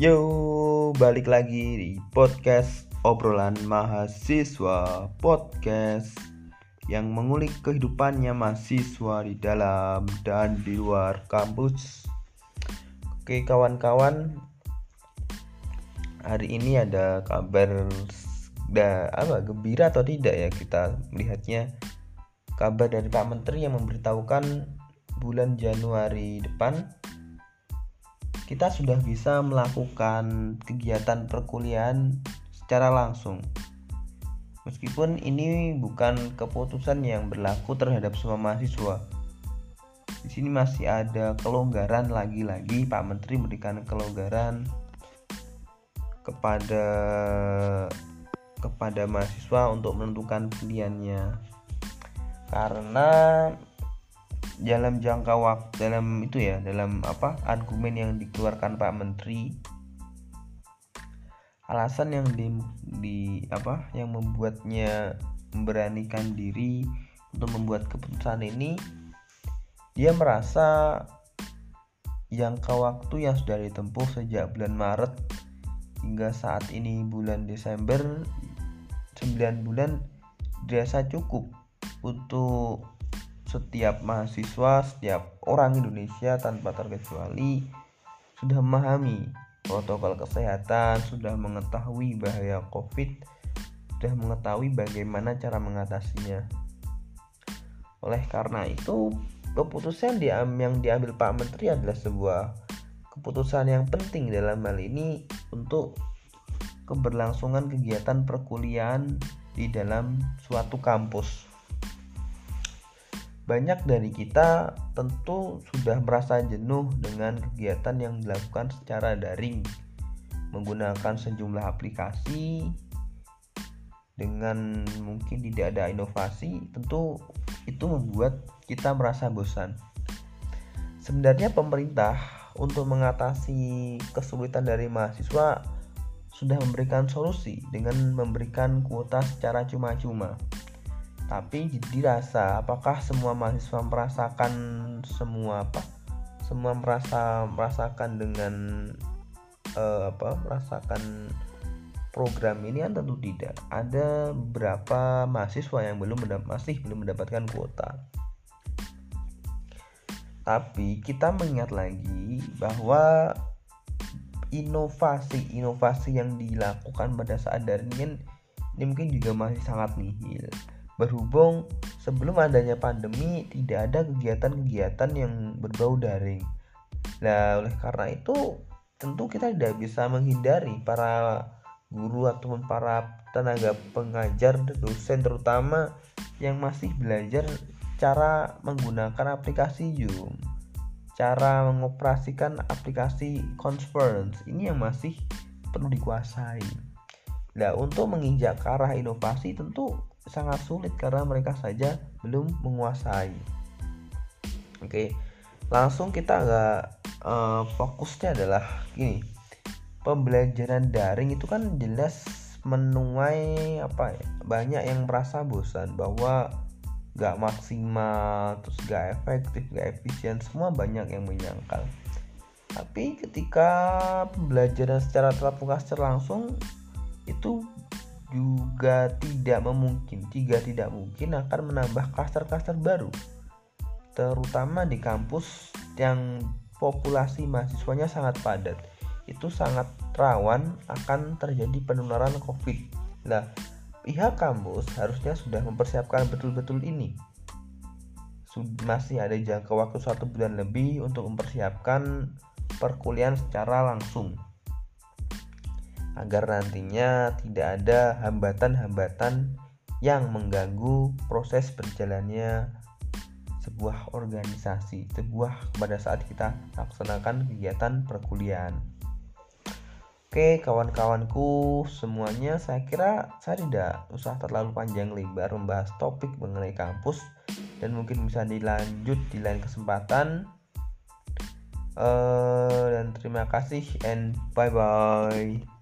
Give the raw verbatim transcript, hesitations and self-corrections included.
Yo, balik lagi di podcast obrolan mahasiswa, podcast yang mengulik kehidupannya mahasiswa di dalam dan di luar kampus. Oke kawan-kawan, hari ini ada kabar da, apa gembira atau tidak ya, kita melihatnya kabar dari Pak Menteri yang memberitahukan bulan Januari depan kita sudah bisa melakukan kegiatan perkuliahan secara langsung. Meskipun ini bukan keputusan yang berlaku terhadap semua mahasiswa. Di sini masih ada kelonggaran, lagi-lagi Pak Menteri memberikan kelonggaran kepada kepada mahasiswa untuk menentukan pilihannya. Karena dalam jangka waktu dalam itu ya dalam apa argumen yang dikeluarkan Pak Menteri, alasan yang di, di apa yang membuatnya memberanikan diri untuk membuat keputusan ini, dia merasa jangka waktu yang sudah ditempuh sejak bulan Maret hingga saat ini bulan Desember, sembilan bulan dirasa cukup untuk setiap mahasiswa, setiap orang Indonesia tanpa terkecuali sudah memahami protokol kesehatan, sudah mengetahui bahaya COVID, sudah mengetahui bagaimana cara mengatasinya. Oleh karena itu, keputusan yang diambil Pak Menteri adalah sebuah keputusan yang penting dalam hal ini untuk keberlangsungan kegiatan perkuliahan di dalam suatu kampus. Banyak dari kita tentu sudah merasa jenuh dengan kegiatan yang dilakukan secara daring, menggunakan sejumlah aplikasi dengan mungkin tidak ada inovasi. Tentu itu membuat kita merasa bosan. Sebenarnya pemerintah untuk mengatasi kesulitan dari mahasiswa sudah memberikan solusi dengan memberikan kuota secara cuma-cuma. Tapi dirasa apakah semua mahasiswa merasakan semua apa? Semua merasa merasakan dengan uh, apa? Merasakan program ini kan tentu tidak. Ada beberapa mahasiswa yang belum mendap- masih belum mendapatkan kuota. Tapi kita mengingat lagi bahwa inovasi-inovasi yang dilakukan pada saat daring ini mungkin juga masih sangat nihil. Berhubung sebelum adanya pandemi tidak ada kegiatan-kegiatan yang berbau daring. Nah, oleh karena itu tentu kita tidak bisa menghindari para guru ataupun para tenaga pengajar, dosen terutama yang masih belajar cara menggunakan aplikasi Zoom, cara mengoperasikan aplikasi conference. Ini yang masih perlu dikuasai. Nah, untuk menginjak ke arah inovasi tentu sangat sulit karena mereka saja belum menguasai. Oke, langsung kita agak uh, fokusnya adalah gini. Pembelajaran daring itu kan jelas menuai apa ya? Banyak yang merasa bosan bahwa gak maksimal, terus gak efektif, gak efisien, semua banyak yang menyangkal. Tapi ketika pembelajaran secara tatap muka secara langsung itu juga tidak memungkin, jika tidak mungkin akan menambah klaster-klaster baru, terutama di kampus yang populasi mahasiswanya sangat padat. Itu sangat rawan akan terjadi penularan COVID. Nah, pihak kampus harusnya sudah mempersiapkan betul-betul ini. Masih ada jangka waktu satu bulan lebih untuk mempersiapkan perkuliahan secara langsung, agar nantinya tidak ada hambatan-hambatan yang mengganggu proses berjalannya sebuah organisasi, sebuah pada saat kita laksanakan kegiatan perkuliahan. Oke kawan-kawanku semuanya, saya kira saya tidak usah terlalu panjang lebar membahas topik mengenai kampus, dan mungkin bisa dilanjut di lain kesempatan. Uh, dan terima kasih and bye bye.